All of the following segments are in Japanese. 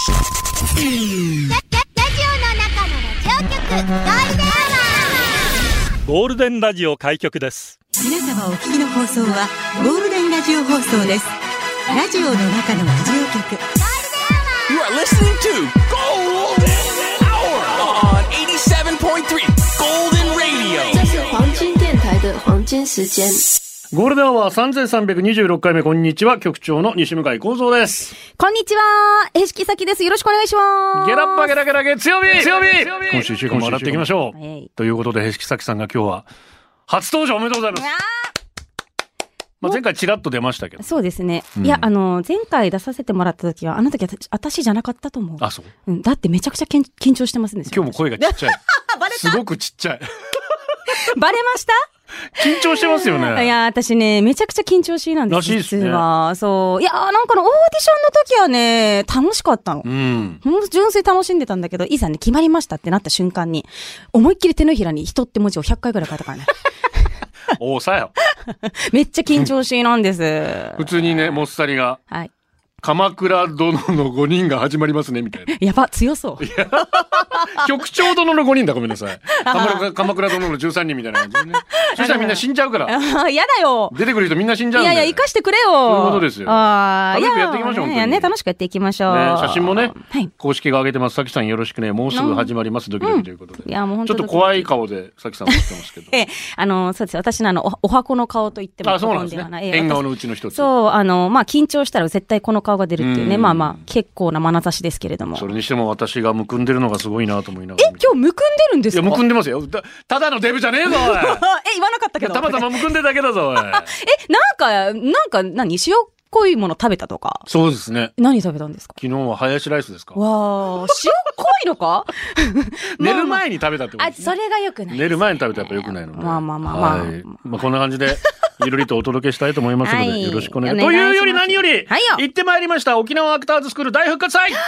ゴールデンラジオ開局です。 皆様お聞きの放送はゴールデンラジオ放送です。ラジオの中のラジオ局 You are listening to Golden Hour on 87.3 Golden Radio。 这是黄金電台的黄金時間。 ゴールデンアワー3326回目、こんにちは。局長の西向井光三です。 こんにちは。江敷咲です。よろしくお願いします。 ゲラッパゲラゲラ月曜日今週1週間も洗っていきましょう。ということで、江敷咲さんが今日は初登場おめでとうございます。前回チラッと出ましたけど。 そうですね。いや、前回出させてもらった時は、あの時私じゃなかったと思う。 あ、そう。 だってめちゃくちゃ緊張してますね。 今日も声がちっちゃい。 バレた。 すごくちっちゃい。 バレました？ 緊張してますよね。 いや、私ね、めちゃくちゃ緊張しいなんです。 らしいですね。 実は。そう。いや、なんかのオーディションの時はね、楽しかったの。純粋楽しんでたんだけど、いざね、決まりましたってなった瞬間に、思いっきり手のひらに人って文字を100回ぐらい書いたからね。 おさよ。 めっちゃ緊張しいなんです。 普通にね、もっさりが。 はい。 鎌倉殿の5人が始まりますね、みたいな。 やば、強そう。 局長殿の5人だ、ごめんなさい。鎌倉殿の13人みたいな感じでね。そしたらみんな死んじゃうから。 やだよ。 出てくる人みんな死んじゃうんで。 いやいや、生かしてくれよ。 そういうことですよ。 楽しくやっていきましょう、本当に。 いやね、楽しくやっていきましょう。 写真もね、公式が上げてます。さきさんよろしくね。もうすぐ始まります、ドキドキということで。 いや、もう本当ちょっと怖い顔で、さきさんも言ってますけど。 そうです。私のお箱の顔と言っても過言ではない。変顔のうちの一つ。 そう、緊張したら絶対この顔が出るっていうね。まあ、結構な眼差しですけれども。 それにしても私がむくんでるのがすごいなと思いながら。 今日むくんでるんですか？ いや、むくんでますよ。ただのデブじゃねえぞ、おい。 言わなかったけど。 たまたまむくんでだけだぞ、おい。 何塩濃いもの食べたとか？ そうですね。 何食べたんですか？ 昨日はハヤシライスですか？ わー、塩濃いのか？ 寝る前に食べたってことですね。 それが良くない。 寝る前に食べたらやっぱ良くないので。 まあ、こんな感じで、いろいろとお届けしたいと思いますので、よろしくお願いします。というより何より、行ってまいりました、沖縄アクターズスクール大復活祭。い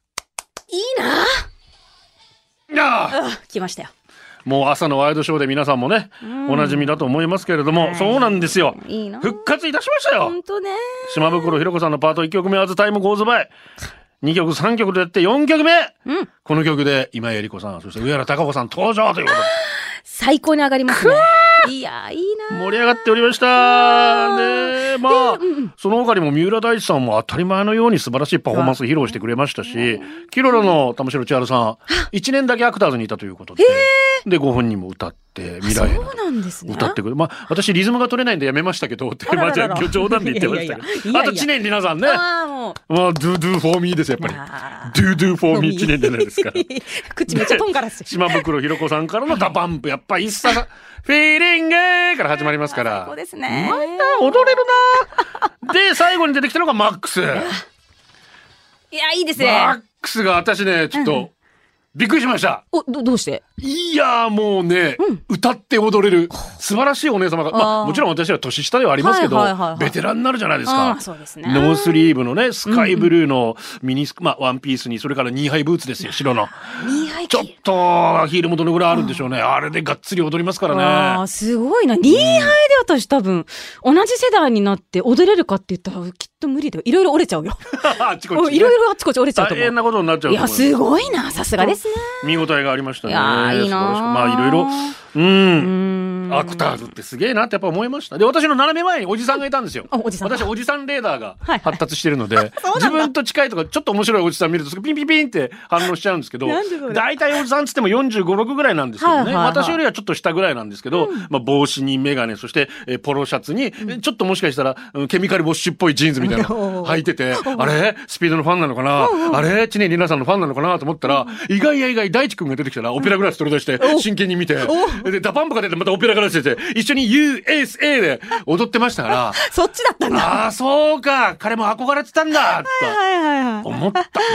いな来ましたよ。 もう朝のワイドショーで皆さんもね、おなじみだと思いますけれども、そうなんですよ。復活いたしましたよ。 本当ね。 島袋ひろ子さんのパート1曲目はズタイムゴーズバイ。2曲3曲でやって4曲目。この曲で今井絵理子さん、そして上原貴子さん登場ということで。 最高に上がりますね。いや、いいな。 盛り上がっておりましたね。まあ、その他にも三浦大知さんも当たり前のように素晴らしいパフォーマンスを披露してくれましたし、キロロの玉城千春さん、1年だけアクターズにいたということで、で、ご本人も歌って、未来へ歌ってくる。まあ、私リズムが取れないんでやめましたけど、ってまあじゃあ冗談で言ってましたけど、あと知念里奈さんね。まあ、do for me ですやっぱり。do for me 知念じゃないですか。 口めっちゃとんがらす。 島袋ひろ子さんからのダパンプ、やっぱ一茶フィーリングから始まりますから。 最高ですね。 また踊れるな。で、最後に出てきたのがマックス。いや、いいですね。 マックスが私ね、ちょっと、びっくりしました。 どうして？ いやーもうね、歌って踊れる素晴らしいお姉様が、まあもちろん私は年下ではありますけど、ベテランになるじゃないですか。 そうですね。 ノースリーブのね、スカイブルーのミニスク、まあワンピースに、それからニーハイブーツですよ、白の。ちょっとヒールもどのぐらいあるんでしょうね。あれでがっつり踊りますからね。 すごいな。ニーハイで私多分、同じ世代になって踊れるかって言ったらきっと無理だよ。いろいろ折れちゃうよ。いろいろあちこち折れちゃうと思う。 大変なことになっちゃうと思う。 いや、すごいな。さすがですね。 見応えがありましたね。 いいな。 まあいろいろ、アクターズってすげえなってやっぱ思いました。で、私の斜め前におじさんがいたんですよ。私おじさんレーダーが発達してるので、自分と近いとかちょっと面白いおじさん見るとピンピンピンって反応しちゃうんですけど、大体おじさんつっても45、6ぐらいなんですけどね。私よりはちょっと下ぐらいなんですけど、まあ帽子にメガネ、そしてポロシャツに、ちょっともしかしたらケミカルウォッシュっぽいジーンズみたいなの履いてて、あれスピードのファンなのかな、あれ知念里奈さんのファンなのかなと思ったら、意外や意外大地君が出てきたらオペラグラス取り出して真剣に見て、でダパンプが出てまたオペラグラス出て一緒に USA で踊ってましたから、 そっちだったんだ。 ああそうか、彼も憧れてたんだと思った。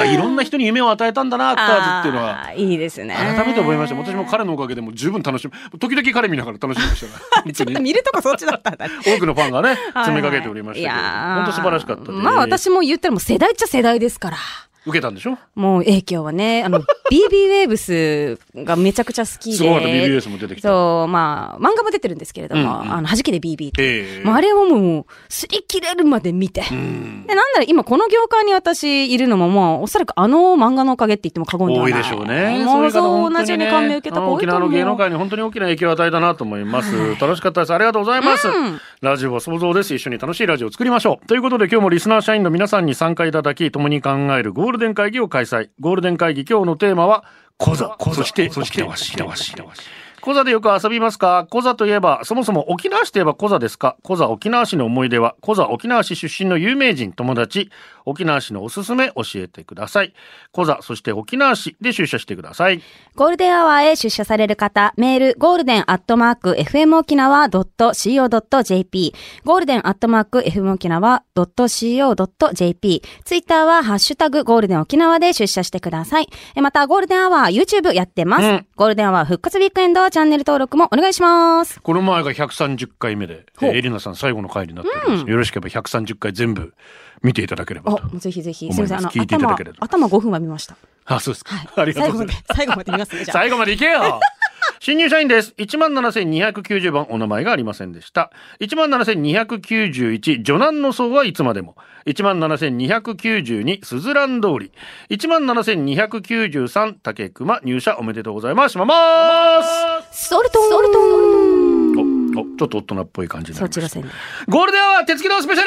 いろんな人に夢を与えたんだな、アクターズっていうのは。 いいですね。 改めて思いました。私も彼のおかげでも十分楽しみ、時々彼見ながら楽しみましたね。 ちょっと見るとこそっちだったんだ。 多くのファンがね詰めかけておりましたけど、本当素晴らしかったです。 まあ私も言ったらもう世代っちゃ世代ですから。 受けたんでしょ？ もう影響はね、BB ウェーブスがめちゃくちゃ好きで。 すごい、BB ウェーブスも出てきた。 そう、まあ、漫画も出てるんですけれども、弾けで BB って。もうあれをもう、擦り切れるまで見て。で、なんだろ、今この業界に私いるのももう、おそらく漫画のおかげって言っても過言ではない。 多いでしょうね。 もうそう同じように感銘を受けた子多いと思う。 沖縄の芸能界に本当に大きな影響を与えたなと思います。楽しかったです。ありがとうございます。ラジオは想像です。一緒に楽しいラジオを作りましょう。ということで今日もリスナー社員の皆さんに参加いただき、共に考えるゴールデン会議を開催。ゴールデン会議今日のテーマはコザ。そしてわし。コザでよく遊びますか？コザといえば、そもそも沖縄市といえばコザですか？コザ沖縄市の思い出は、コザ沖縄市出身の有名人、友達、沖縄市のおすすめ教えてください。コザ、そして沖縄市で出社してください。 ゴールデンアワーへ出社される方、メール、ゴールデン@fmokinawa.co.jp、ゴールデン@fmokinawa.co.jp、ツイッターはハッシュタグゴールデン沖縄で出社してください。また、ゴールデンアワー YouTube やってます。ゴールデンアワー復活ウィークエンドチャンネル登録もお願いします。 この前が130回目で、エリナさん最後の回になっております。よろしければ130回全部見ていただければと。 ぜひぜひ。 すみません、聞いていただければ。 頭5分は見ました。 あ、そうですか。ありがとうございます。 最後まで見ますね、じゃあ。 最後までいけよ新入社員です。17,290番お名前がありませんでした。17,291女難の層はいつまでも。17,292スズラン通り。17,293竹熊入社おめでとうございます。しまますソルトンちょっと大人っぽい感じになりました。 そちら線でゴールデンアワー手つきのスペシャル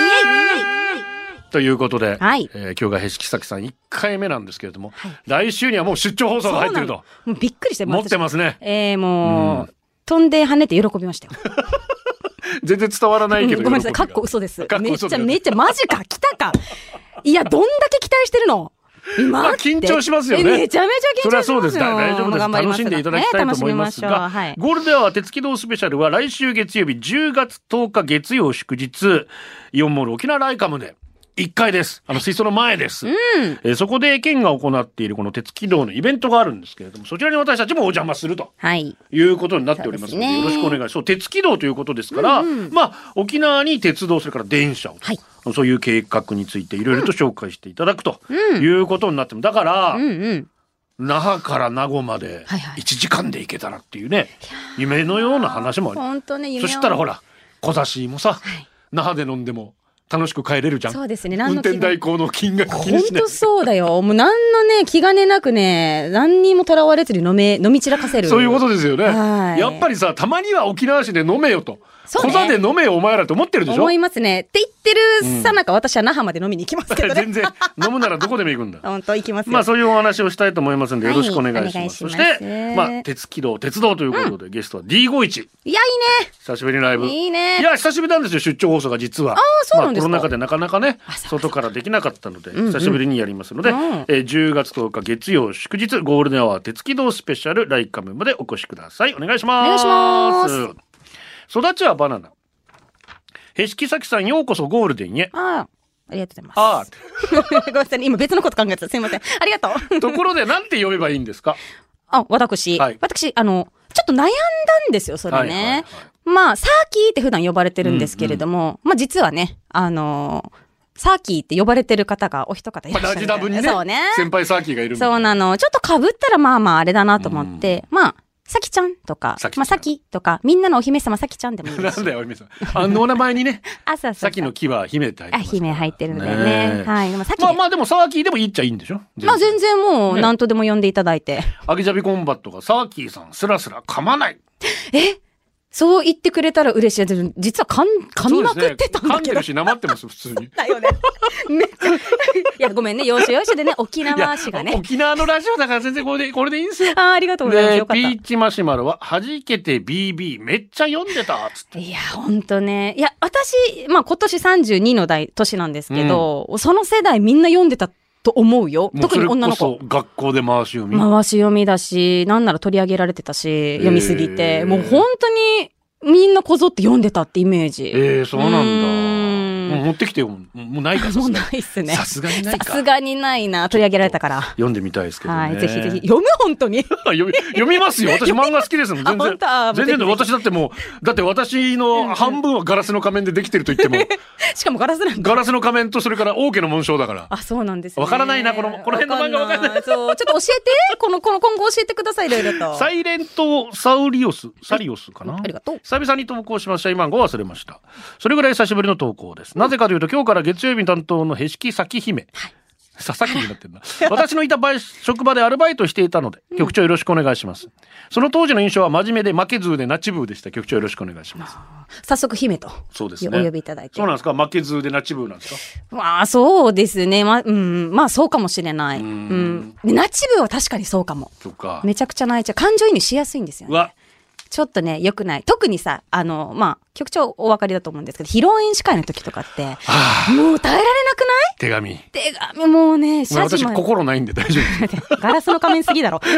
ということで、今日がへしきさきさん1回目なんですけれども、来週にはもう出張放送が入ってると。 もうびっくりして持ってますね。 もう、飛んで跳ねて喜びましたよ。 全然伝わらないけど、 ごめんなさい、かっこ嘘です。めっちゃマジか、来たか。いや、どんだけ期待してるのまあ緊張しますよね。 めちゃめちゃ緊張しますよ。 それはそうです。大丈夫です。楽しんでいただきたいと思いますが、ゴールデンアワー手つき道スペシャルは来週月曜日10月10日月曜祝日、イオンモール沖縄ライカムで1階です。水槽の前です。そこで県が行っているこの手つき道のイベントがあるんですけれども、そちらに私たちもお邪魔するということになっておりますので、よろしくお願いします。手つき道ということですから、まあ沖縄に鉄道それから電車を、そういう計画についていろいろと紹介していただくということになっても、だから、那覇から名護まで1時間で行けたらっていうね、夢のような話もある。 本当ね、 そしたらほら小差しもさ、那覇で飲んでも楽しく帰れるじゃん。 そうですね。 運転代行の金額気にしない。 本当そうだよ。もう何のね、気兼ねなくね、何にもとらわれずに飲み散らかせる。 そういうことですよね。やっぱりさ、たまには沖縄市で飲めよと。小座で飲めよお前らと思ってるでしょ。 思いますね。って言ってるさなか、私は那覇まで飲みに行きますけどね。 全然飲むならどこでも行くんだ。 本当行きますよ。 まあそういうお話をしたいと思いますので、よろしくお願いします。そしてまあ鉄道ということで、ゲストは D51。 いや、いいね。 久しぶりにライブ。 いいね。 いや、久しぶりなんですよ、出張放送が実は。 そうなんですか。 コロナ禍でなかなかね、外からできなかったので、久しぶりにやりますので、10月10日月曜祝日ゴールデンアワー手つき道スペシャルライカムまでお越しください。お願いします。 お願いします。 育ちはバナナ。へしきさきさん、ようこそゴールデンへ。 ありがとうございます。ごめんなさい、今別のこと考えてた。すいません。ありがとう。 ところで、なんて呼べばいいんですか？ 私、ちょっと悩んだんですよ、それね。まあ、サーキーって普段呼ばれてるんですけれども、まあ実はね、サーキーって呼ばれてる方がお一方いらっしゃる。 ラジダブにね、 そうね。 先輩サーキーがいるんで。 そうなの。ちょっと被ったらまあまああれだなと思って、まあ、さきちゃんとか、まあ、さきとか、みんなのお姫様さきちゃんでもいいです。 なんだよ、お姫様。お名前にね、さきの木は姫って入ってます。 姫入ってるのでね。はい。 まあでもサーキーでもいいっちゃいいんでしょ？ まあ全然もう、何とでも呼んでいただいて。 アギジャビコンバットがサーキーさんスラスラ噛まない。 そう言ってくれたら嬉しい。実は噛みまくってたんだけど。 噛んでるし、なまってます、普通に。 だよね。めっちゃ。いや、ごめんね。要所要所でね、沖縄市がね。 沖縄のラジオだから全然これでいいんですよ。 ありがとうございます。よかった。 ピーチマシュマロは、弾けて BB、めっちゃ読んでたつって。 いや、ほんとね。いや、私、まあ今年32の年なんですけど、その世代みんな読んでたと思うよ。特に女の子。 それこそ学校で回し読み。 回し読みだし、なんなら取り上げられてたし、読みすぎて。もう本当に、みんなこぞって読んでたってイメージ。 そうなんだ。もう持ってきてよ。もうないか、 もうないっすね。 さすがにないか。 さすがにないな。取り上げられたから。 読んでみたいですけどね。 はい、ぜひぜひ。読む本当に。 読みますよ。私漫画好きですもん。全然。全然私だってもう、だって私の半分はガラスの仮面でできてると言ってもしかもガラスなんだ。 ガラスの仮面とそれから王家の紋章だから。 あ、そうなんですね。 わからないな、この辺の漫画わからない。 そう、ちょっと教えて。今後教えてください、いろいろと。 サイレントサリオスかな。 ありがとう。 久々に投稿しました。今号忘れました。それぐらい久しぶりの投稿です。なぜかというと、今日から月曜日担当のへしき咲姫。佐々木になってるな。私のいた職場でアルバイトしていたので、局長よろしくお願いします。その当時の印象は真面目で負けずでナチブーでした。局長よろしくお願いします。 早速姫と。 そうですね。 お呼びいただいて。 そうなんですか。負けずでナチブーなんですか。 まあそうですね。まあそうかもしれない。でナチブーは確かにそうかも。 そっか。 めちゃくちゃ泣いちゃう。感情移入しやすいんですよね。 うわ。 ちょっとね、良くない。特にさ、局長お分かりだと思うんですけど、披露宴司会の時とかって、もう耐えられなくない？手紙もうね、 私心ないんで大丈夫です。 ガラスの仮面すぎだろ。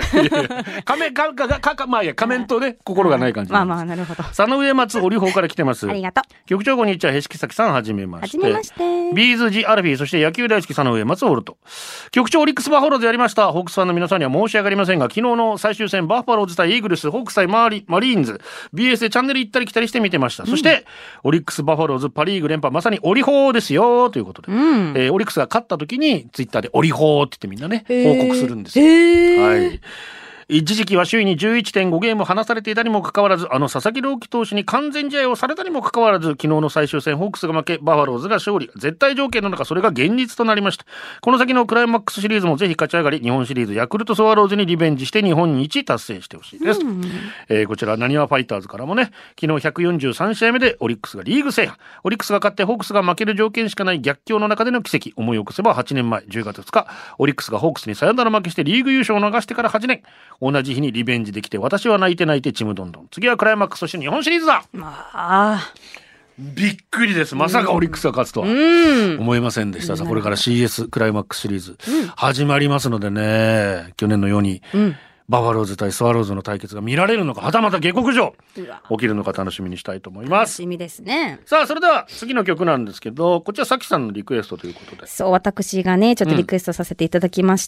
仮面とね、心がない感じ。 まあなるほど。 佐野上松織法から来てます。 ありがとう。 局長こんにちは、へしきさきさんはじめまして。 はじめまして。 ビーズジアルフィー、そして野球大好き佐野上松オルト。局長オリックスバファローズやりました。ホークスファンの皆さんには申し訳ありませんが、昨日の最終戦バファローズ対イーグルス、ホークス対マリーンズ、BS でチャンネル行ったり来たりして見てました。そして、オリックスバファローズパリーグ連覇、まさにオリホーですよということで、オリックスが勝った時にツイッターでオリホーって言ってみんなね報告するんですよ。はい。一時期は首位に 11.5 ゲーム離されていたにもかかわらず、佐々木朗希投手に完全試合をされたにもかかわらず、昨日の最終戦ホークスが負け、バファローズが勝利。絶対条件の中、それが現実となりました。この先のクライマックスシリーズもぜひ勝ち上がり、日本シリーズヤクルトスワローズにリベンジして日本一達成してほしいです。こちらなにわファイターズからもね、昨日143試合目でオリックスがリーグ制覇。オリックスが勝ってホークスが負ける条件しかない逆境の中での奇跡。思い起こせば8年前10月2日、オリックスがホークスにサヨナラ負けしてリーグ優勝を逃してから8年。同じ日にリベンジできて、私は泣いてちむどんどん。次はクライマックス、そして日本シリーズだ。びっくりです。まさかオリックスが勝つとは思いませんでした。さあこれから CS クライマックスシリーズ始まりますのでね、去年のようにバファローズ対スワローズの対決が見られるのか、はたまた下克上起きるのか楽しみにしたいと思います。 楽しみですね。 さあそれでは次の曲なんですけど、こちらさきさんのリクエストということで。 そう、私がねちょっとリクエストさせていただきました。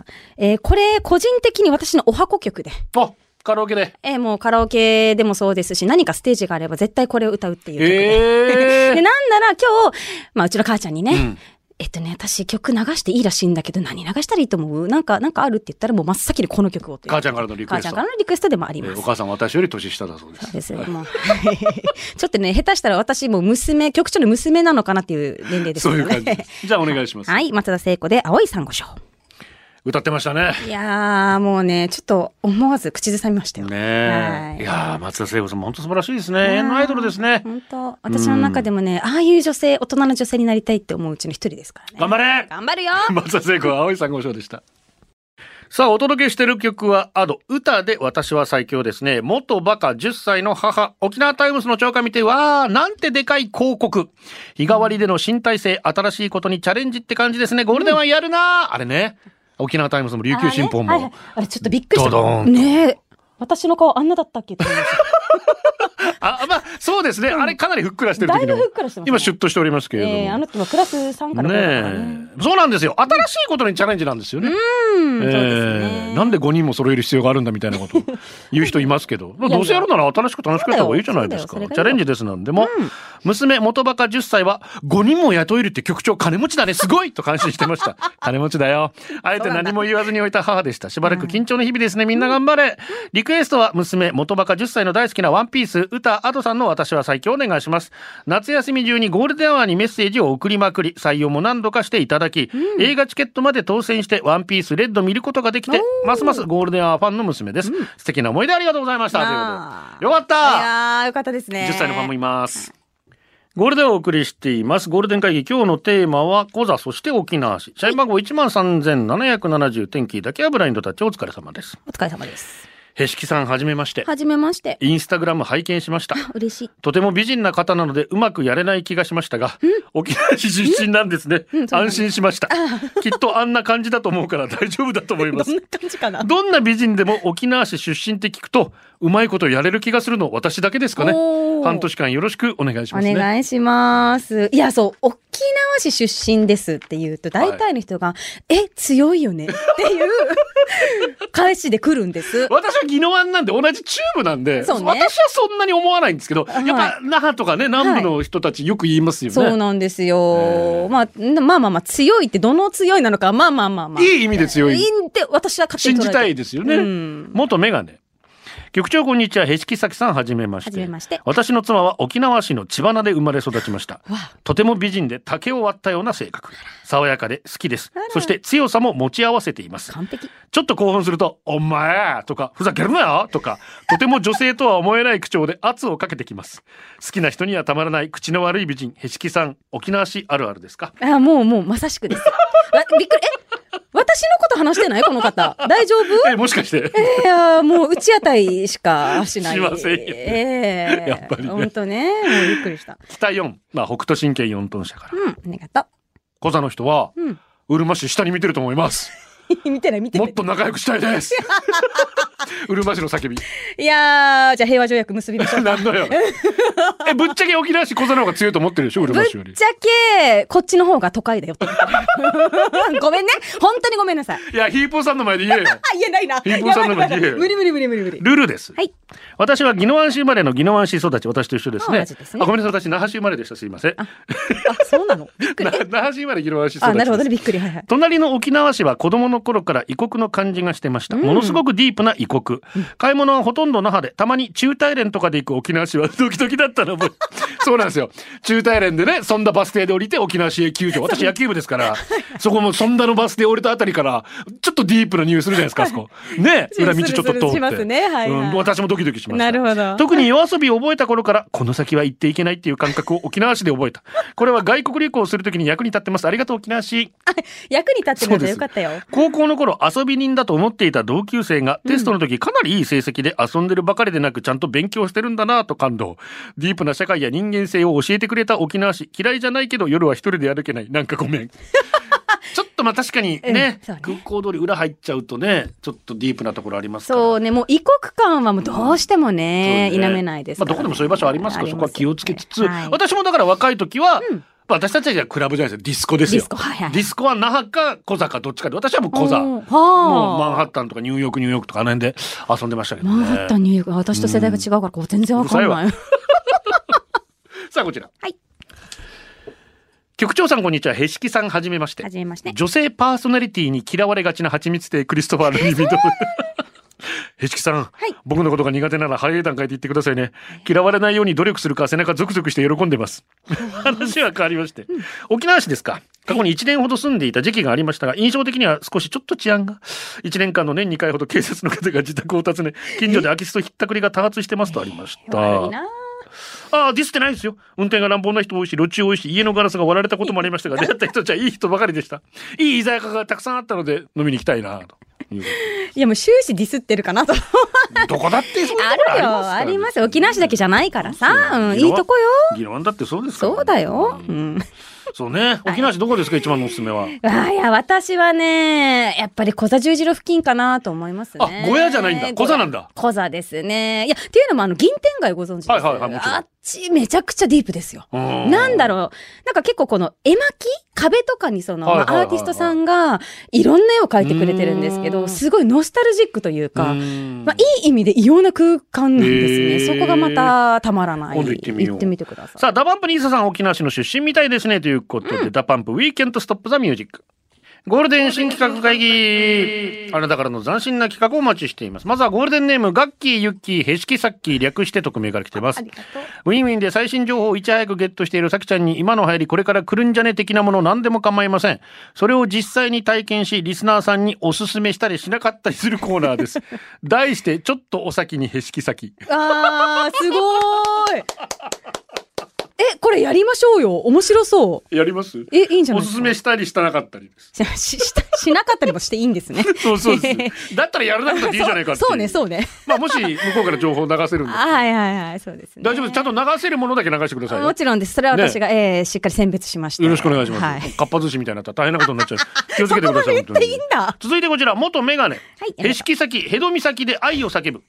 これ個人的に私のお箱曲で。 カラオケで。 もうカラオケでもそうですし、何かステージがあれば絶対これを歌うっていう曲で。で、なんなら今日、うちの母ちゃんにね、私曲流していいらしいんだけど、何流したらいいと思う？なんかあるって言ったらもう真っ先にこの曲をって。 母ちゃんからのリクエスト。 母ちゃんからのリクエストでもあります。 お母さん私より年下だそうです。 そうですね。もうちょっとね、下手したら私も局長の娘なのかなっていう年齢ですけどね。 そういう感じ。じゃあお願いします。 はい、松田聖子で青い珊瑚礁。 歌ってましたね。 いやーもうねちょっと思わず口ずさみましたよね。いやー松田聖子さんも本当素晴らしいですね。永遠のアイドルですね。 本当私の中でもね、ああいう大人の女性になりたいって思ううちの一人ですからね。 頑張れ。 頑張るよ。 松田聖子は青い珊瑚礁でした。さあお届けしている曲はAdo歌で私は最強ですね。元バカ10歳の母。沖縄タイムスの超過見て、わーなんてでかい広告。日替わりでの新体制、新しいことにチャレンジって感じですね。ゴールデンはやるな、あれね。沖縄タイムズも琉球新報もあれちょっとびっくりしたドドーンね。私の顔あんなだったっけって思いました。 まあそうですね、あれかなりふっくらしてる時の今シュッとしておりますけれども、 あの人もクラス3からね。そうなんですよ。新しいことにチャレンジなんですよね。そうですね。なんで5人も揃える必要があるんだみたいなこと言う人いますけど、どうせやるなら新しく楽しくやった方がいいじゃないですか。チャレンジですなんでも、娘元バカ10歳は5人も雇えるって局長金持ちだね、すごいと感心してました。金持ちだよ。あえて何も言わずにおいた母でした。しばらく緊張の日々ですね。みんな頑張れ。リクエストは娘元バカ10歳の大好きなワンピース歌Adoさんの私は最強お願いします。夏休み中にゴールデンアワーにメッセージを送りまくり、採用も何度かしていただき、映画チケットまで当選してワンピースレッド見ることができて、ますますゴールデンアワーファンの娘です。素敵な思い出ありがとうございました。ということでよかった。 いやーよかったですね。 10歳のファンもいます。ゴールデンをお送りしています。ゴールデン会議、今日のテーマはコザ、そして沖縄市。社員番号 13,770 天気だけはブラインドタッチ。お疲れ様です。 お疲れ様です。 へしきさんはじめまして。 はじめまして。 インスタグラム拝見しました。 嬉しい。 とても美人な方なのでうまくやれない気がしましたが、沖縄市出身なんですね。安心しました。きっとあんな感じだと思うから大丈夫だと思います。 どんな感じかな。 どんな美人でも沖縄市出身って聞くとうまいことやれる気がするの私だけですかね。半年間よろしくお願いしますね。 お願いします。いやそう沖市出身ですって言うと、大体の人が、強いよねっていう返しで来るんです。 私は宜野湾なんで同じ中部なんで、私はそんなに思わないんですけど、やっぱ那覇とかね、南部の人たちよく言いますよね。 そうなんですよ。まあ、強いってどの強いなのか、まあ。 いい意味で強い。 いいって私は勝手に信じたいですよね。元メガネ。局長こんにちは、へしきさきさん、はじめまして。私の妻は沖縄市の千葉で生まれ育ちました。とても美人で竹を割ったような性格、爽やかで好きです。そして強さも持ち合わせています。 完璧。 ちょっと興奮するとお前とかふざけるなよとか、とても女性とは思えない口調で圧をかけてきます。好きな人にはたまらない口の悪い美人、へしきさん、沖縄市あるあるですか？ もうまさしくです。びっくり。私のこと話してないこの方。大丈夫？ もしかして。 もう内当たりしかしない。 しませんよ、やっぱりね。 本当ね。もうびっくりした。 北4、北斗神拳4トン車から。 ありがとう。 コザの人は、うるま市下に見てると思います。 見てない。 もっと仲良くしたいです。うるま市の叫び。 いやー、じゃあ平和条約結びましょう。 なんだよ。ぶっちゃけ沖縄市小座の方が強いと思ってるでしょ、うるま市より。 ぶっちゃけこっちの方が都会だよってごめんね、本当にごめんなさい。 いや、ヒーポーさんの前で言えよ。 言えないな。 ヒーポーさんの前で言えよ。 無理。 ルルです。 はい。 私は宜野湾市生まれの宜野湾市育ち、私と一緒ですね。 同じですね。 ごめんなさい、私那覇市生まれでした。すいません。 そうなの。びっくり。 那覇市生まれ宜野湾市育ち。 なるほどね、びっくり。はい。 隣の沖縄市は子供の頃から異国の感じがしてました。ものすごくディープな異国。買い物はほとんど那覇で、たまに中大連とかで行く沖縄市はドキドキだったのもそうなんですよ。中大連でね、そんだバス停で降りて沖縄市営球場、私野球部ですからそこもそんだのバス停降りたあたりからちょっとディープな匂いするじゃないですか、あそこね、裏道ちょっと通ってしますね。私もドキドキしました。 なるほど。 特に夜遊びを覚えた頃から、この先は行っていけないっていう感覚を沖縄市で覚えた。これは外国旅行をするときに役に立ってます。ありがとう沖縄市。 役に立ってるのでよかったよ。 高校の頃遊び人だと思っていた同級生がテストの時かなりいい成績で、遊んでるばかりでなくちゃんと勉強してるんだなと感動。ディープな社会や人間性を教えてくれた沖縄市。嫌いじゃないけど夜は一人で歩けない。なんかごめん。ちょっと確かにね、空港通り裏入っちゃうとね、ちょっとディープなところありますから。 そうね、もう異国感はもうどうしてもね、否めないですから。 どこでもそういう場所ありますから、そこは気をつけつつ、私もだから若い時は、私たちはクラブじゃないですよ、ディスコですよ。ディスコは那覇か小座かどっちかで、私はもう小座。もうマンハッタンとかニューヨークとかあの辺で遊んでましたけどね。 マンハッタンニューヨーク、私と世代が違うから全然わかんない。 さあこちら。はい。局長さんこんにちは、へしきさん、はじめまして。女性パーソナリティに嫌われがちなはちみつ亭クリストファー・ルイ・ヴィトン。へしきさん、僕のことが苦手なら早い段階で言ってくださいね。嫌われないように努力するか背中ゾクゾクして喜んでます。話は変わりまして、沖縄市ですか。過去に1年ほど住んでいた時期がありましたが、印象的には少しちょっと治安が、1年間の年2回ほど警察の方が自宅を訪ね、近所で空き巣とひったくりが多発してますとありました。ディスってないですよ。運転が乱暴な人多いし、路中多いし、家のガラスが割られたこともありましたが、出会った人たちはいい人ばかりでした。いい居酒屋がたくさんあったので飲みに行きたいなと。 いやもう終始ディスってるかなと。 どこだってそういうとこあるよ、ありますよ。沖縄市だけじゃないからさ、いいとこよ。 宜野湾だってそうですから。 そうだよ。 そうね。沖縄市どこですか、一番のおすすめは。 いや、私はね、やっぱり小座十字路付近かなと思いますね。 小屋じゃないんだ。小座なんだ。 小座ですね。いや、っていうのも銀天街ご存知ですか？あっちめちゃくちゃディープですよ。なんだろう。なんか結構この絵巻壁とかにアーティストさんがいろんな絵を描いてくれてるんですけど、すごいノスタルジックというか、いい意味で異様な空間なんですね。そこがまたたまらない。行ってみてください。 さあ、ダパンプニーサさん、沖縄市の出身みたいですねということで、ダパンプウィーケンドストップザミュージック。ゴールデン新企画会議。あなたからの斬新な企画をお待ちしています。まずはゴールデンネーム、ガッキー、ユッキー、へしきさっきー、略して匿名から来てます。ウィンウィンで最新情報をいち早くゲットしているさきちゃんに、今の入りこれから来るんじゃね的なもの何でも構いません。それを実際に体験し、リスナーさんにおすすめしたりしなかったりするコーナーです。題して、ちょっとお先にへしきさき。 すごーい。これやりましょうよ。面白そう。 やります？ いいんじゃないですか。 おすすめしたりしたなかったりです。 しなかったりもしていいんですね。 そうです。だったらやらなくていいじゃないかって。 そうね。 もし向こうから情報を流せるんです。 はい、そうですね。 大丈夫です。ちゃんと流せるものだけ流してくださいよ。 もちろんです。それは私が、しっかり選別しました。 よろしくお願いします。かっぱ寿司みたいになったら大変なことになっちゃう。気をつけてください。 そこまで言っていいんだ。 続いてこちら、元メガネ。へしき先、へどみ先で愛を叫ぶ。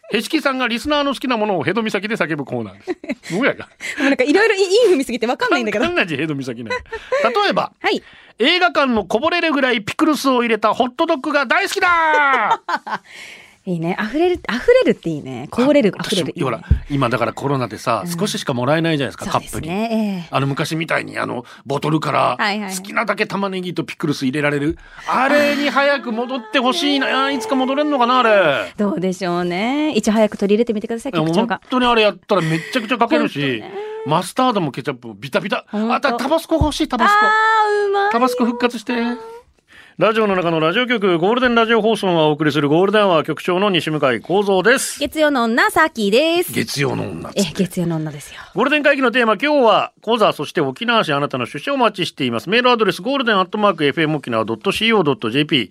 へしきさんがリスナーの好きなものをヘド岬で叫ぶコーナーです。どうやがもうなんかいろいろいい踏みすぎて分かんないんだけど。 かんないじヘド岬ね。例えば、 はい、 映画館のこぼれるぐらいピクルスを入れたホットドッグが大好きだいいね。溢れるっていいね。こぼれる、溢れる。 ほら、今だからコロナでさ、少ししかもらえないじゃないですか、カップに。 ね、 昔みたいにボトルから好きなだけ玉ねぎとピクルス入れられる。あれに早く戻ってほしいな。いつか戻れるのかな、あれ。 どうでしょうね。いち早く取り入れてみてください、局長が。 本当にあれやったらめっちゃくちゃかけるし、マスタードもケチャップもビタビタ。あとタバスコ欲しい、タバスコ。 うまい。 タバスコ復活して。ラジオの中のラジオ局ゴールデンラジオ放送がお送りするゴールデンアワー局長の西向井光三です。 月曜の女サーキーです。 月曜の女月曜の女ですよ。 ゴールデン会議のテーマ、今日はコザ、そして沖縄市、あなたの出社をお待ちしています。メールアドレスゴールデン@fm沖縄 .co.jp、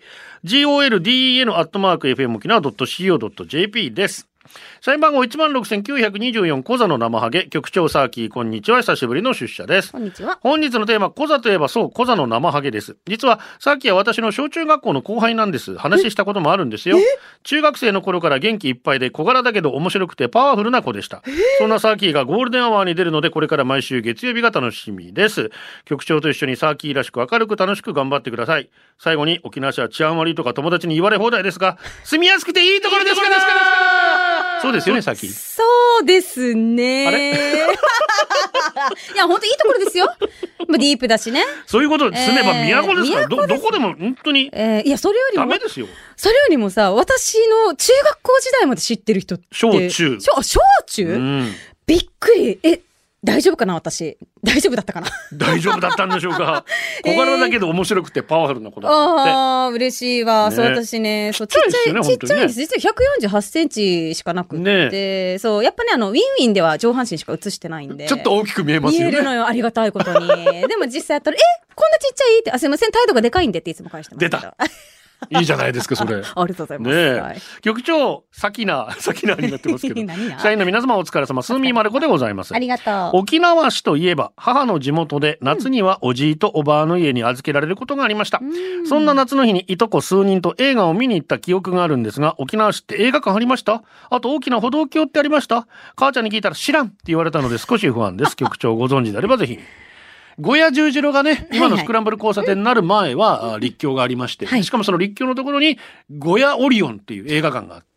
golden@fm沖縄 .co.jp です。社員番号16,924コザの生ハゲ、局長サーキー、こんにちは。久しぶりの出社です。 こんにちは。 本日のテーマ、コザといえばそう、コザの生ハゲです。実はサーキーは私の小中学校の後輩なんです。話したこともあるんですよ。中学生の頃から元気いっぱいで小柄だけど面白くてパワフルな子でした。そんなサーキーがゴールデンアワーに出るので、これから毎週月曜日が楽しみです。局長と一緒にサーキーらしく明るく楽しく頑張ってください。最後に、沖縄市は治安悪いとか友達に言われ放題ですが、住みやすくていいところですから。そうですよね、さっき。 そうですね。 あれいや、本当いいところですよ。ディープだしね。 そういうことで住めば都ですから、どこでも本当に。 いや、それよりも。 ダメですよ。 それよりもさ、私の中学校時代まで知ってる人って。 小中。 小中、びっくり。大丈夫かな、私。大丈夫だったかな。 大丈夫だったんでしょうか。小柄だけど面白くてパワフルな子だったって。 ああ、嬉しいわ。そう、私ね、そう、ちっちゃいです。実は148センチしかなくて、そう、やっぱね、ウィンウィンでは上半身しか映してないんで。 ちょっと大きく見えますよね。 見えるのよ、ありがたいことに。でも実際やったら、こんなちっちゃいって、すいません、態度がでかいんでっていつも返してます。 出た。いいじゃないですか、それ。 ありがとうございます。 局長、サキナになってますけど。社員の皆様お疲れ様、スーミーマルコでございます。 ありがとう。 沖縄市といえば、母の地元で夏にはおじいとおばあの家に預けられることがありました。そんな夏の日にいとこ数人と映画を見に行った記憶があるんですが、沖縄市って映画館ありました？あと大きな歩道橋ってありました？母ちゃんに聞いたら知らんって言われたので少し不安です。局長ご存知であればぜひ。小屋十字路がね、今のスクランブル交差点になる前は立教がありまして、しかもその立教のところに小屋オリオンっていう映画館があって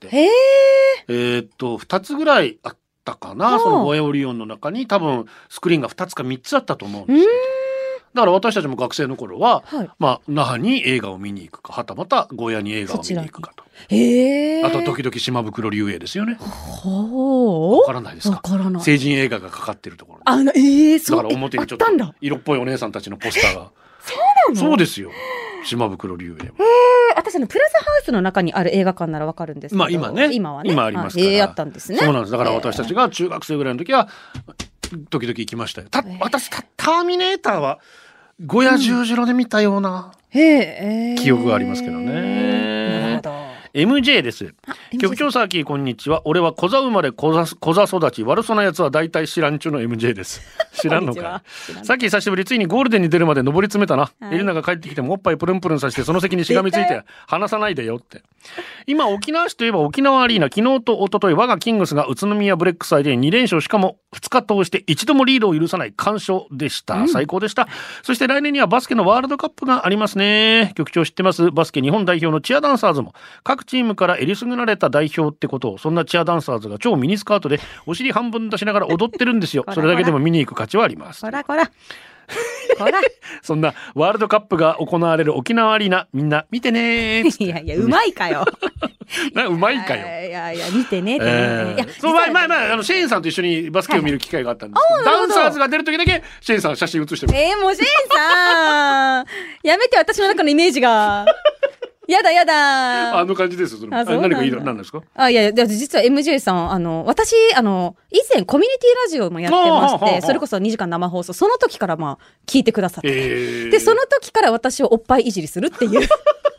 、2つぐらいあったかな。その小屋オリオンの中に多分スクリーンが2つか3つあったと思うんですよ。だから私たちも学生の頃は、那覇に映画を見に行くか、はたまた小屋に映画を見に行くかと。あと時々島袋竜英ですよね。わからないですか。成人映画がかかってるところ。だから表にちょっと色っぽいお姉さんたちのポスターが。そうなの？そうですよ。島袋竜英。 私プラザハウスの中にある映画館ならわかるんですけど。今はね。今ありますから。あったんですね。 そうなんです。だから私たちが中学生ぐらいの時は時々行きましたよ。私ターミネーターは小屋十字路で見たような記憶がありますけどね。なるほど。MJ です。局長サーキーこんにちは。俺は小座生まれ小座育ち、悪そうなやつは大体知らんちゅうの MJ です。知らんのかさっき久しぶり、ついにゴールデンに出るまで上り詰めたな。エリナが帰ってきてもおっぱいプルンプルンさせてその席にしがみついて離さないでよって。今沖縄市といえば沖縄アリーナ、昨日と一昨日我がキングスが宇都宮ブレックス相手に2連勝、しかも2日通して一度もリードを許さない完勝でした。最高でした。そして来年にはバスケのワールドカップがありますね。局長知ってます？バスケ日本代表のチアダンサーズも各チームからえりすぐられた代表ってことを、そんなチアダンサーズが超ミニスカートでお尻半分出しながら踊ってるんですよ。それだけでも見に行く価値はあります。 こらそんなワールドカップが行われる沖縄アリーナ、みんな見てねー。 いやうまいかよ。 うまいかよ。 いや見てねってね。 そう、前シェーンさんと一緒にバスケを見る機会があったんですけど、ダンサーズが出る時だけシェーンさん写真写してる。 もうシェーンさんやめて、私の中のイメージが。やだ。 あの感じですよ。何かいいの？何ですか？ いや、実は MJ さん、私、以前コミュニティラジオもやってまして、それこそ2時間生放送、その時から聞いてくださって。で、その時から私をおっぱいいじりするっていう。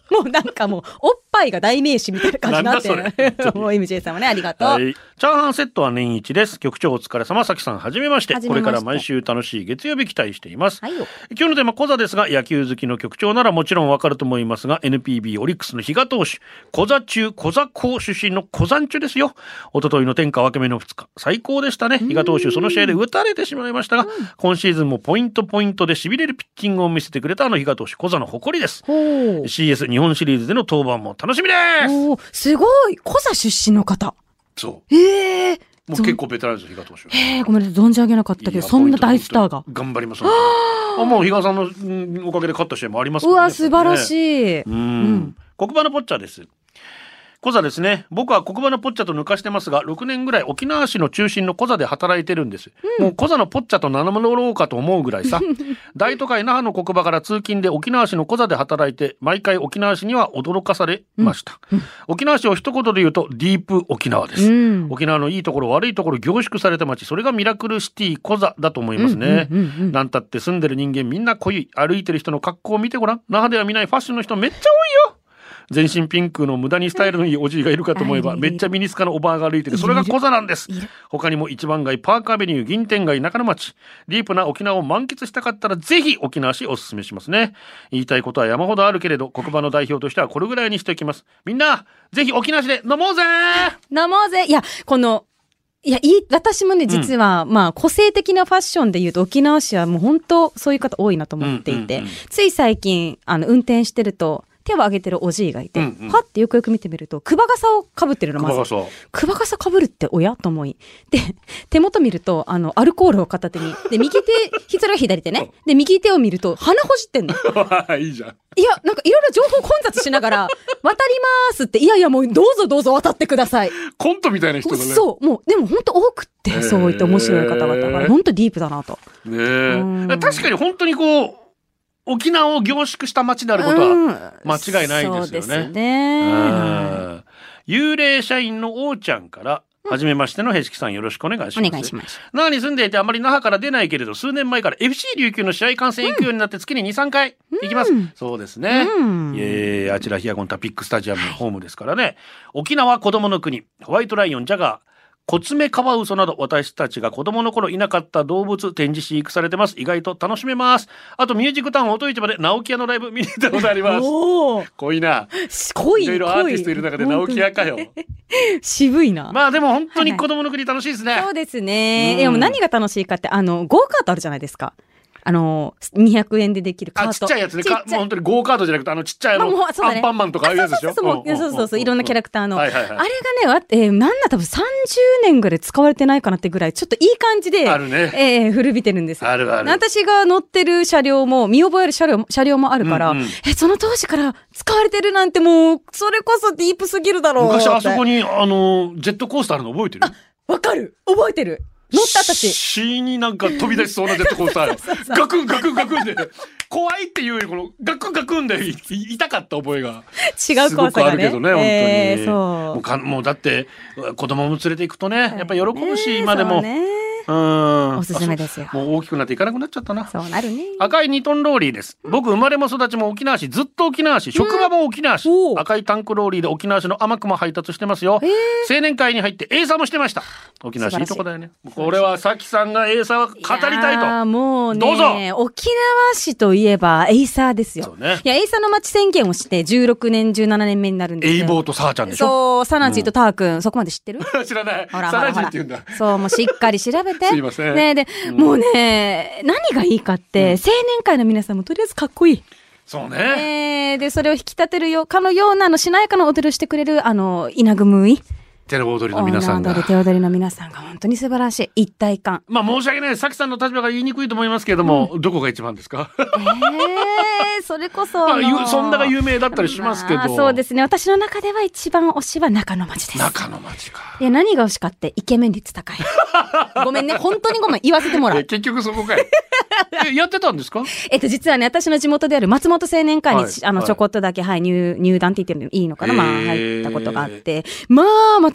もうなんかもう、おっぱいが代名詞みたいな感じになってる。もう MJ さんはね、ありがとう。はい。 チャーハンセットは年一です。局長お疲れ様。さきさんはじめまして。これから毎週楽しい月曜日期待しています。はい、今日のテーマ、コザですが、野球好きの局長ならもちろんわかると思いますが、NPB オリックスの比嘉投手、コザ中、コザ校出身のコザンチュですよ。一昨日の天下分け目の2日、最高でしたね。比嘉投手、その試合で打たれてしまいましたが、今シーズンもポイントで痺れるピッチングを見せてくれた比嘉投手、コザの誇りです。CS 日本シリーズでの登板も楽しみです。 すごい、コザ出身の方。 そう。もう結構ベテランですよ、比嘉投手。 ごめんなさい、存じ上げなかったけど、そんな大スターが。 頑張ります。もう比嘉さんのおかげで勝った試合もありますからね。 うわ、素晴らしい。 黒板ポッチャです。コザですね。僕は黒板ポッチャと抜かしてますが、6年ぐらい沖縄市の中心のコザで働いてるんです。もうコザのポッチャと名乗ろうかと思うぐらいさ。大都会那覇の黒板から通勤で沖縄市のコザで働いて、毎回沖縄市には驚かされました。沖縄市を一言で言うとディープ沖縄です。沖縄のいいところ悪いところ凝縮された街、それがミラクルシティコザだと思いますね。なんたって住んでる人間みんな濃い、歩いてる人の格好を見てごらん。那覇では見ないファッションの人めっちゃ多いよ。全身ピンクの無駄にスタイルのいいおじいがいるかと思えば、めっちゃミニスカのおばあが歩いてて、それがコザなんです。他にも一番街、パークアベニュー、銀天街、中野町、ディープな沖縄を満喫したかったらぜひ沖縄市おすすめしますね。言いたいことは山ほどあるけれど、黒板の代表としてはこれぐらいにしておきます。みんなぜひ沖縄市で飲もうぜ。 飲もうぜ。いや、私もね、実は、個性的なファッションで言うと、沖縄市はもう本当、そういう方多いなと思っていて、つい最近、運転してると、手を挙げてるおじいがいて、はってよくよく見てみると、クバ傘をかぶってるの、まず。クバ傘かぶるって親と思い。で、手元見ると、アルコールを片手に。で、右手、それは左手ね。で、右手を見ると、鼻ほじってんの。 いいじゃん。 いや、なんかいろいろ情報混雑しながら、渡りますって、いやいやもうどうぞどうぞ渡ってください。 コントみたいな人がね。 そう、もう、でも本当多くって、そういった面白い方々が、本当ディープだなと。 確かに本当にこう、沖縄を凝縮した街であることは間違いないですよね。そうですね。幽霊社員のおーちゃんから、はじめましてのへしきさんよろしくお願いします。 お願いします。 那覇に住んでいてあまり那覇から出ないけれど、数年前から FC 琉球の試合観戦行くようになって月に 2,3 回行きます。そうですね。あちらヒアゴンタピックスタジアムのホームですからね。沖縄子供の国、ホワイトライオン、ジャガー、コツメカワウソなど私たちが子供の頃いなかった動物展示飼育されてます。意外と楽しめます。あとミュージックタウン音市場で直木屋のライブ見に行ったことあります。濃いな。 濃い。 いろいろアーティストいる中で直木屋かよ。 渋いな。 まあでも本当に子供の国楽しいですね。 そうですね。いやもう何が楽しいかってゴーカートあるじゃないですか。200円でできるカート。 ちっちゃいやつね。もう本当にゴーカートじゃなくてちっちゃいアンパンマンとかああいうやつでしょ。 そういろんなキャラクターの。あれがね、多分30年ぐらい使われてないかなってぐらいちょっといい感じで、古びてるんです。私が乗ってる車両も見覚える車両もあるから、その当時から使われてるなんてもうそれこそディープすぎるだろう。 昔あそこにジェットコースターあるの覚えてる？ わかる。覚えてる。乗った私。 死になんか飛び出しそうなジェットコースター。ガクンガクンガクンで。怖いっていうよりこのガクンガクンで痛かった覚えが。 違う怖さがね。 すごくあるけどね、本当に。もうだって子供も連れて行くとね、やっぱり喜ぶし、今でも。 おすすめですよ。 もう大きくなっていかなくなっちゃったな。 そうなるね。 赤い2トンローリーです。僕生まれも育ちも沖縄市、ずっと沖縄市、職場も沖縄市。赤いタンクローリーで沖縄市の天熊配達してますよ。青年会に入ってエイサーもしてました。沖縄市いいとこだよね。これはさきさんがエイサーを語りたいと。 もうね、 どうぞ。 沖縄市といえばエイサーですよ。そうね。いやエイサーの街宣言をして16年17年目になるんですよ。 エイボーとサーちゃんでしょ。 そう、サナジーとター君、そこまで知ってる？ 知らない。サナジーって言うんだ。 そう、もうしっかり調べて。 すいません。ねで、もうね、何がいいかって、青年会の皆さんもとりあえずかっこいい。 そうね。 で、それを引き立てるかのような、しなやかな踊りをしてくれる、稲組い。 手踊りの皆さんが。 手踊りの皆さんが本当に素晴らしい。一体感。 まあ申し訳ない。さきさんの立場が言いにくいと思いますけれども、どこが一番ですか？ それこそ。 そんなが有名だったりしますけど。 そうですね。私の中では一番推しは中野町です。 中野町か。 いや、何が推しかってイケメン率高い。ごめんね。本当にごめん。言わせてもらう。 結局そこかい。やってたんですか？ 実はね、私の地元である松本青年会に、ちょこっとだけ、入団って言ってるのいいのかな、入ったことがあって。まあ、松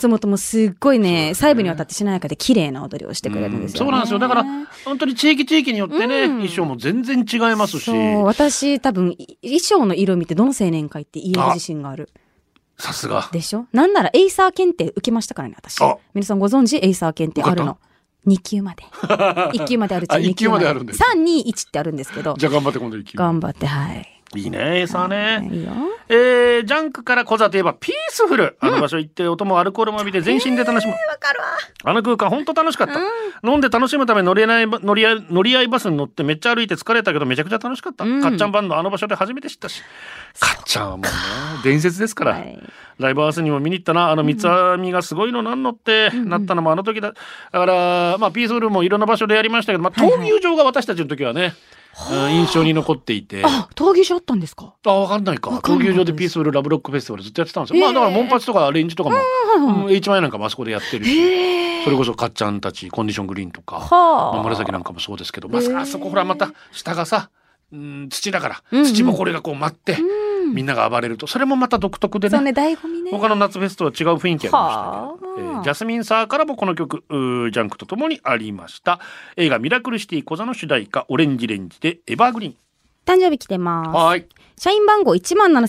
松本もすっごいね、細部にわたってしなやかで綺麗な踊りをしてくれるんですよね。 そうなんですよ。だから本当に地域地域によってね、衣装も全然違いますし。 そう私多分衣装の色見てどの青年会って言える自信がある。 さすがでしょ。なんならエイサー検定受けましたからね私。皆さんご存知エイサー検定あるの。2級まで1級まであるうち 2級まであるんです。 321ってあるんですけど、 じゃあ頑張って今度1級頑張って。はいいいねエイサーね、 いいよ。 ジャンクから小座といえばピースフル、あの場所行って音もアルコールも浴びて全身で楽しむ。 わかるわ。 あの空間本当楽しかった、飲んで楽しむため乗り合いバスに乗ってめっちゃ歩いて疲れたけどめちゃくちゃ楽しかった、かっちゃんバンドあの場所で初めて知ったし、かっちゃんはもうね伝説ですから、ライブハウスにも見に行ったな。あの三つ編みがすごいのなんのって、なったのもあの時だ。だからまあピースフルもいろんな場所でやりましたけど、闘牛場が私たちの時はね、印象に残っていて。 闘牛場あったんですか。 わかんないか。闘牛場でピースフルラブロックフェスティバルずっとやってたんですよ。まあだからモンパチとかレンジとかも、HY なんかもあそこでやってるし、それこそかっちゃんたちコンディショングリーンとか、紫なんかもそうですけど、あそこほらまた下がさ、土だから土ぼこりがこう舞って、みんなが暴れるとそれもまた独特でね。 そうね、醍醐味ね。 他の夏フェスとは違う雰囲気ありましたけど、ジャスミンサーからもこの曲ジャンクとともにありました。映画ミラクルシティ小座の主題歌オレンジレンジでエバーグリーン。 誕生日来てます。 はい。 社員番号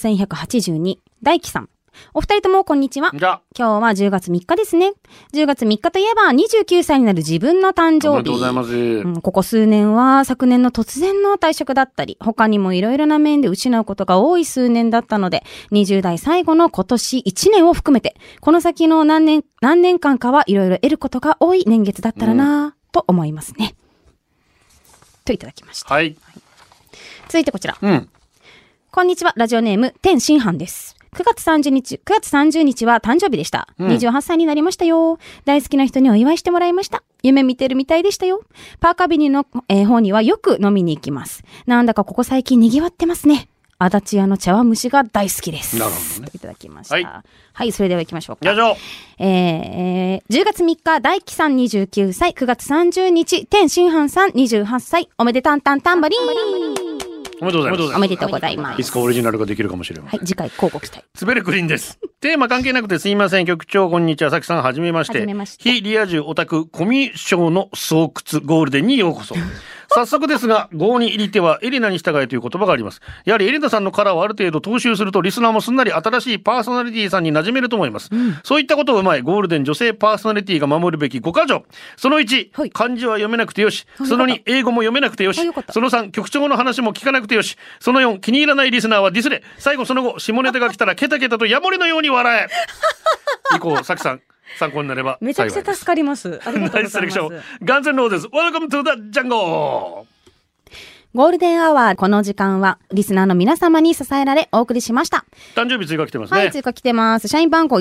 17182大輝さん。お二人ともこんにちは。今日は10月3日ですね。10月3日といえば29歳になる自分の誕生日。 おめでとうございます。 ここ数年は昨年の突然の退職だったり、他にもいろいろな面で失うことが多い数年だったので、20代最後の今年1年を含めて、この先の何年間かはいろいろ得ることが多い年月だったらなぁと思いますね。といただきました。 はい。 続いてこちら。こんにちは。ラジオネーム天津飯です。9月30日は誕生日でした。28歳になりましたよ。大好きな人にお祝いしてもらいました。夢見てるみたいでしたよ。パーカビニの、方にはよく飲みに行きます。なんだかここ最近賑わってますね。足立屋の茶碗蒸しが大好きです。 なるほどね。 いただきました。はい、それでは行きましょうか。 10 月3日、大輝さん29歳、9月30日、天津飯さん28歳、おめでたんたんたんばりー。 おめでとうございます。 おめでとうございます。 いつかオリジナルができるかもしれません。 はい、次回広告したい。 つべるクリーンです。テーマ関係なくてすいません。局長こんにちは。さきさんはじめまして。非リア充オタクコミュ障の巣窟ゴールデンにようこそ。早速ですが、郷に入り手はエリナに従えという言葉があります。やはりエリナさんのカラーをある程度踏襲するとリスナーもすんなり新しいパーソナリティさんに馴染めると思います。そういったことを踏まえ、ゴールデン女性パーソナリティが守るべき5か条。その1、漢字は読めなくてよし。その2、英語も読めなくてよし。その3、局長の話も聞かなくてよし。その4、気に入らないリスナーはディスれ。最後その後、下ネタが来たらケタケタとヤモリのように笑え。以降、さきさん参考になれば幸いです。 めちゃくちゃ助かります。ありがとうございます。 ナイスセレクション。ガンズ&ローゼズ Welcome to the Jungle。 ゴールデンアワー、この時間はリスナーの皆様に支えられお送りしました。 誕生日追加来てますね。 はい、追加来てます。社員番号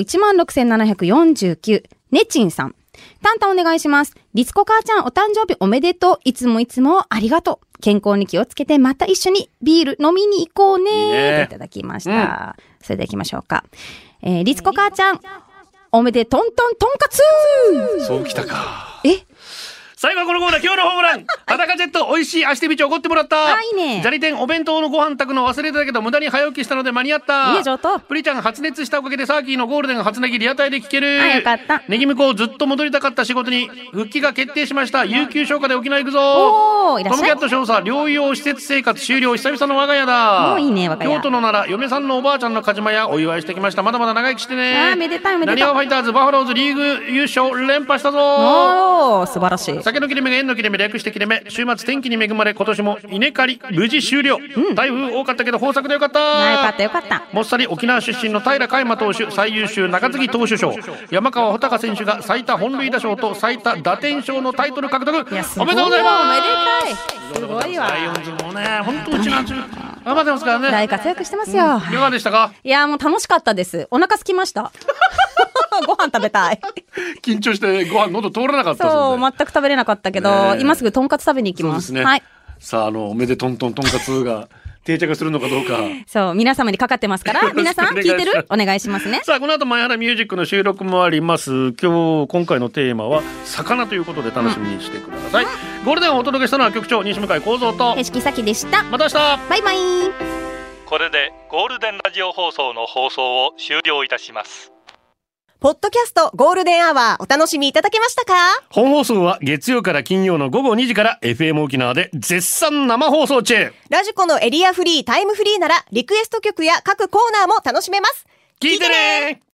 16749、ねちんさん。タンタンお願いします。リツコ母ちゃんお誕生日おめでとう。いつもありがとう。健康に気をつけてまた一緒にビール飲みに行こうね。いいね。といただきました。それでは行きましょうか。リツコ母ちゃん、おめでとんとんとんかつ。 そうきたか。 最後はこのコーナー、今日のホームラン。裸ジェット、美味しい足手びち怒ってもらった。 いいね。 ジャリ店お弁当のご飯炊くの忘れてたけど無駄に早起きしたので間に合った。 いい上等。 プリちゃん発熱したおかげでサーキーのゴールデン初ネギリアタイで聞ける。 よかった。 ネギ向こうずっと戻りたかった仕事に復帰が決定しました。有給消化で沖縄行くぞ。 いらっしゃい。 トムキャット少佐療養施設生活終了。久々の我が家だ。 もういいね、我が家。 京都の奈良嫁さんのおばあちゃんの鹿島屋お祝いしてきました。まだまだ長生きしてね。 めでたいめでたい。 なにわファイターズバファローズリーグ優勝連覇したぞ。 素晴らしい。 酒の切れ目が縁の切れ目略して切れ目。週末天気に恵まれ今年も稲刈り無事終了。台風多かったけど豊作でよかった。 よかったよかった。 もっさり沖縄出身の平海馬投手最優秀中継ぎ投手賞。山川穂高選手が最多本塁打賞と最多打点賞のタイトル獲得。おめでとうございます。 おめでたい。すごいわ。 ライオンズもね本当うちなんちゅう頑張ってますからね。 大活躍してますよ。 いかがでしたか。 いやもう楽しかったです。お腹空きました。ご飯食べたい。 緊張してご飯喉通らなかったそう全く食べれなかったけど、今すぐとんかつ食べに行きます。 そうですね。 はい。 さあおめでとんとんとんかつが定着するのかどうか。 そう皆様にかかってますから皆さん聞いてるお願いしますね。 さあこの後前原ミュージックの収録もあります。今回のテーマは魚ということで楽しみにしてください。ゴールデンをお届けしたのは局長西向井光三と江敷咲でした。 また明日バイバイ。 これでゴールデンラジオ放送の放送を終了いたします。 ポッドキャストゴールデンアワーお楽しみいただけましたか？ 本放送は月曜から金曜の午後2時から FM 沖縄で絶賛生放送中。 ラジコのエリアフリータイムフリーならリクエスト曲や各コーナーも楽しめます。 聞いてね。